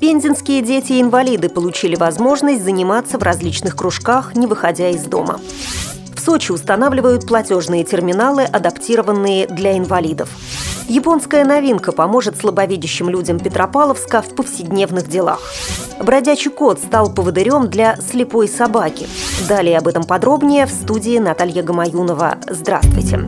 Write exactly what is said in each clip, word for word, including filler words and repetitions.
Пензенские дети-инвалиды получили возможность заниматься в различных кружках, не выходя из дома. В Сочи устанавливают платежные терминалы, адаптированные для инвалидов. Японская новинка поможет слабовидящим людям Петропавловска в повседневных делах. Бродячий кот стал поводырем для слепой собаки. Далее об этом подробнее в студии Наталья Гамаюнова. Здравствуйте!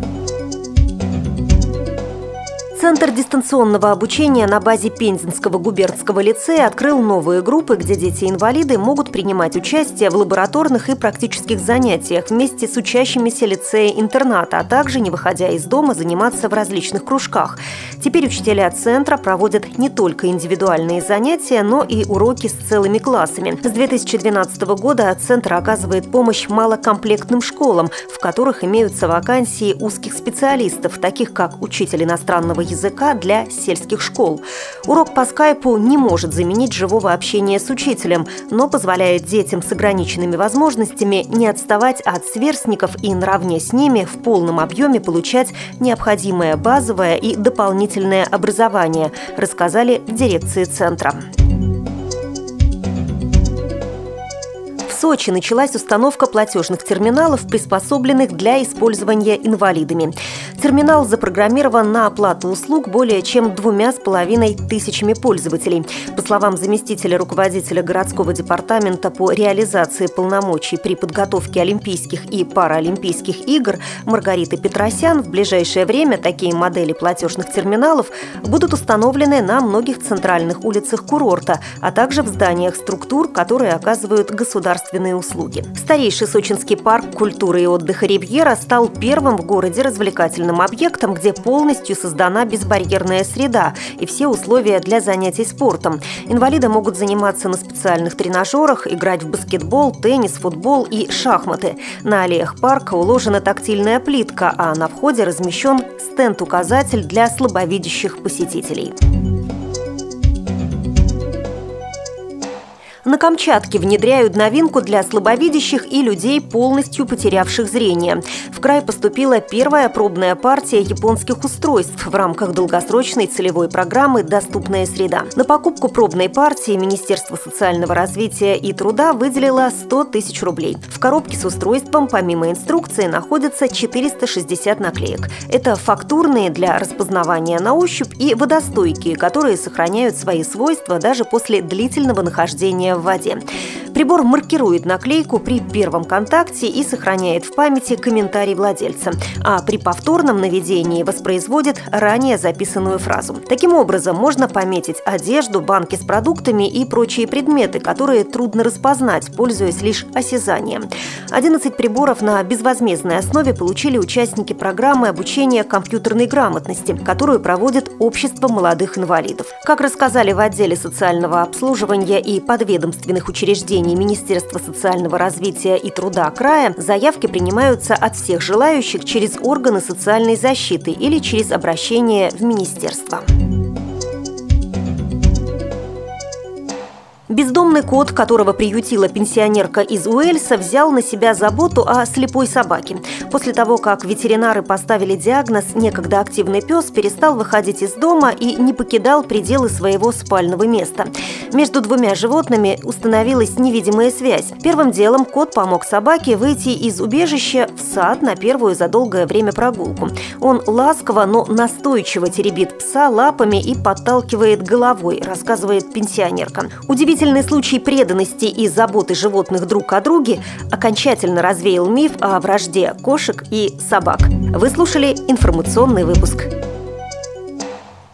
Центр дистанционного обучения на базе Пензенского губернского лицея открыл новые группы, где дети-инвалиды могут принимать участие в лабораторных и практических занятиях вместе с учащимися лицея-интерната, а также, не выходя из дома, заниматься в различных кружках. Теперь учителя центра проводят не только индивидуальные занятия, но и уроки с целыми классами. С две тысячи двенадцатого года центр оказывает помощь малокомплектным школам, в которых имеются вакансии узких специалистов, таких как учитель иностранного языка, языка для сельских школ. Урок по скайпу не может заменить живого общения с учителем, но позволяет детям с ограниченными возможностями не отставать от сверстников и наравне с ними в полном объеме получать необходимое базовое и дополнительное образование, рассказали в дирекции центра. В Сочи началась установка платежных терминалов, приспособленных для использования инвалидами. Терминал запрограммирован на оплату услуг более чем двумя с половиной тысячами пользователей. По словам заместителя руководителя городского департамента по реализации полномочий при подготовке Олимпийских и Паралимпийских игр Маргариты Петросян, в ближайшее время такие модели платежных терминалов будут установлены на многих центральных улицах курорта, а также в зданиях структур, которые оказывают государственные услуги. Старейший сочинский парк культуры и отдыха «Ривьера» стал первым в городе развлекательным объектом, где полностью создана безбарьерная среда и все условия для занятий спортом. Инвалиды могут заниматься на специальных тренажерах, играть в баскетбол, теннис, футбол и шахматы. На аллеях парка уложена тактильная плитка, а на входе размещен стенд-указатель для слабовидящих посетителей. На Камчатке внедряют новинку для слабовидящих и людей, полностью потерявших зрение. В край поступила первая пробная партия японских устройств в рамках долгосрочной целевой программы «Доступная среда». На покупку пробной партии Министерство социального развития и труда выделило сто тысяч рублей. В коробке с устройством, помимо инструкции, находятся четыреста шестьдесят наклеек. Это фактурные для распознавания на ощупь и водостойкие, которые сохраняют свои свойства даже после длительного нахождения в воде. Прибор маркирует наклейку при первом контакте и сохраняет в памяти комментарий владельца, а при повторном наведении воспроизводит ранее записанную фразу. Таким образом, можно пометить одежду, банки с продуктами и прочие предметы, которые трудно распознать, пользуясь лишь осязанием. одиннадцать приборов на безвозмездной основе получили участники программы обучения компьютерной грамотности, которую проводит Общество молодых инвалидов. Как рассказали в отделе социального обслуживания и подведомственных учреждений Министерства социального развития и труда края, заявки принимаются от всех желающих через органы социальной защиты или через обращение в министерство. Бездомный кот, которого приютила пенсионерка из Уэльса, взял на себя заботу о слепой собаке. После того, как ветеринары поставили диагноз, некогда активный пес перестал выходить из дома и не покидал пределы своего спального места. Между двумя животными установилась невидимая связь. Первым делом кот помог собаке выйти из убежища в сад на первую за долгое время прогулку. Он ласково, но настойчиво теребит пса лапами и подталкивает головой, рассказывает пенсионерка. Удивительно Удивительный случай преданности и заботы животных друг о друге окончательно развеял миф о вражде кошек и собак. Вы слушали информационный выпуск.